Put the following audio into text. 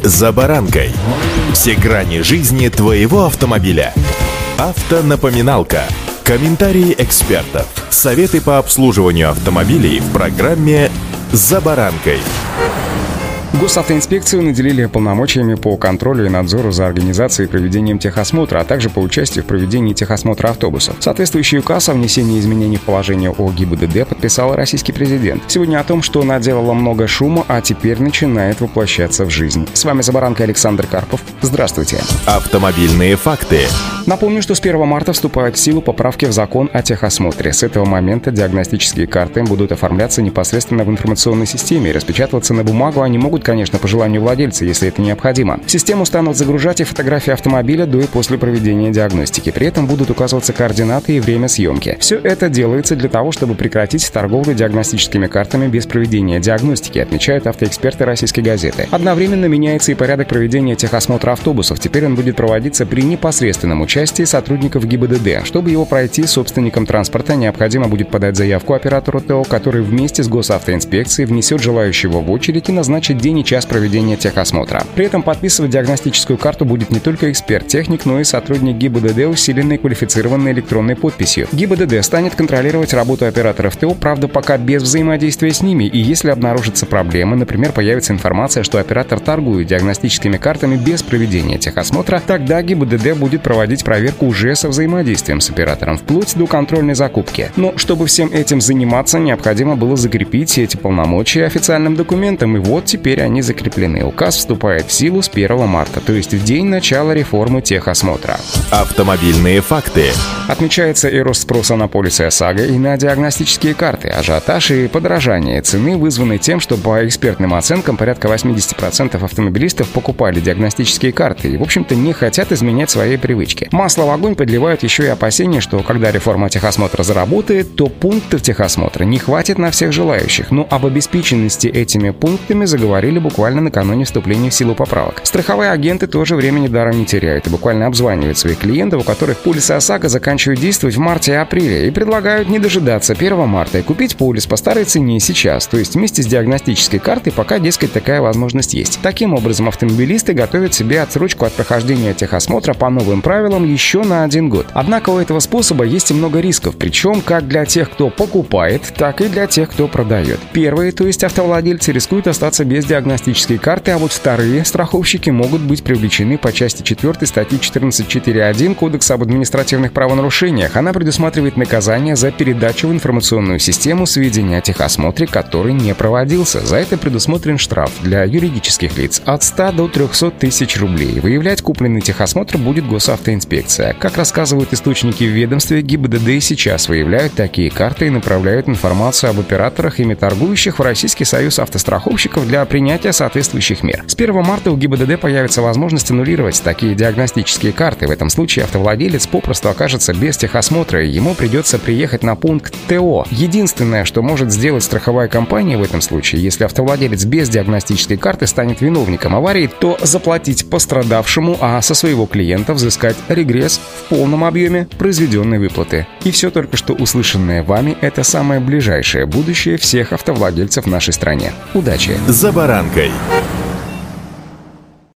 «За баранкой». Все грани жизни твоего автомобиля. Автонапоминалка. Комментарии экспертов. Советы по обслуживанию автомобилей в программе «За баранкой». Госавтоинспекцию наделили полномочиями по контролю и надзору за организацией и проведением техосмотра, а также по участию в проведении техосмотра автобусов. Соответствующий указ о внесении изменений в положение о ГИБДД подписал российский президент. Сегодня о том, что наделало много шума, а теперь начинает воплощаться в жизнь. С вами «За баранкой» Александр Карпов. Здравствуйте. Автомобильные факты. Напомню, что с 1 марта вступают в силу поправки в закон о техосмотре. С этого момента диагностические карты будут оформляться непосредственно в информационной системе и распечатываться на бумагу. Они могут, конечно, по желанию владельца, если это необходимо. В систему станут загружать и фотографии автомобиля до и после проведения диагностики. При этом будут указываться координаты и время съемки. Все это делается для того, чтобы прекратить торговлю диагностическими картами без проведения диагностики, отмечают автоэксперты «Российской газеты». Одновременно меняется и порядок проведения техосмотра автобусов. Теперь он будет проводиться при непосредственном участии сотрудников ГИБДД. Чтобы его пройти, собственникам транспорта необходимо будет подать заявку оператору ТО, который вместе с госавтоинспекцией внесет желающего в очередь и назначит день и час проведения техосмотра. При этом подписывать диагностическую карту будет не только эксперт-техник, но и сотрудник ГИБДД, усиленной квалифицированной электронной подписью. ГИБДД станет контролировать работу операторов ТО, правда, пока без взаимодействия с ними, и если обнаружатся проблемы, например, появится информация, что оператор торгует диагностическими картами без проведения техосмотра, тогда ГИБДД будет проводить проверку уже со взаимодействием с оператором, вплоть до контрольной закупки. Но чтобы всем этим заниматься, необходимо было закрепить эти полномочия официальным документом, и вот теперь они закреплены. Указ вступает в силу с 1 марта, то есть в день начала реформы техосмотра. Автомобильные факты. Отмечается и рост спроса на полисы ОСАГО и на диагностические карты. Ажиотаж и подорожание цены вызваны тем, что по экспертным оценкам порядка 80% автомобилистов покупали диагностические карты и, в общем-то, не хотят изменять свои привычки. Масло в огонь подливают еще и опасения, что когда реформа техосмотра заработает, то пунктов техосмотра не хватит на всех желающих. Но об обеспеченности этими пунктами заговорили буквально накануне вступления в силу поправок. Страховые агенты тоже времени даром не теряют и буквально обзванивают своих клиентов, у которых полисы ОСАГО заканчивают действовать в марте и апреле, и предлагают не дожидаться 1 марта и купить полис по старой цене сейчас, то есть вместе с диагностической картой, пока, дескать, такая возможность есть. Таким образом, автомобилисты готовят себе отсрочку от прохождения техосмотра по новым правилам еще на 1 год. Однако у этого способа есть и много рисков, причем как для тех, кто покупает, так и для тех, кто продает. Первые, то есть автовладельцы, рискуют остаться без диагностической карты, а вот вторые, страховщики, могут быть привлечены по части 4 статьи 14.4.1 Кодекса об административных правонарушениях. Она предусматривает наказание за передачу в информационную систему сведений о техосмотре, который не проводился. За это предусмотрен штраф для юридических лиц от 100 до 300 тысяч рублей. Выявлять купленный техосмотр будет госавтоинспекция. Как рассказывают источники в ведомстве, ГИБДД и сейчас выявляют такие карты и направляют информацию об операторах, ими торгующих, в Российский союз автостраховщиков для принятия соответствующих мер. С 1 марта у ГИБДД появится возможность аннулировать такие диагностические карты. В этом случае автовладелец попросту окажется без техосмотра, и ему придется приехать на пункт ТО. Единственное, что может сделать страховая компания в этом случае, если автовладелец без диагностической карты станет виновником аварии, то заплатить пострадавшему, а со своего клиента взыскать регресс в полном объеме произведенной выплаты. И все только что услышанное вами – это самое ближайшее будущее всех автовладельцев в нашей стране. Удачи! «За баранкой».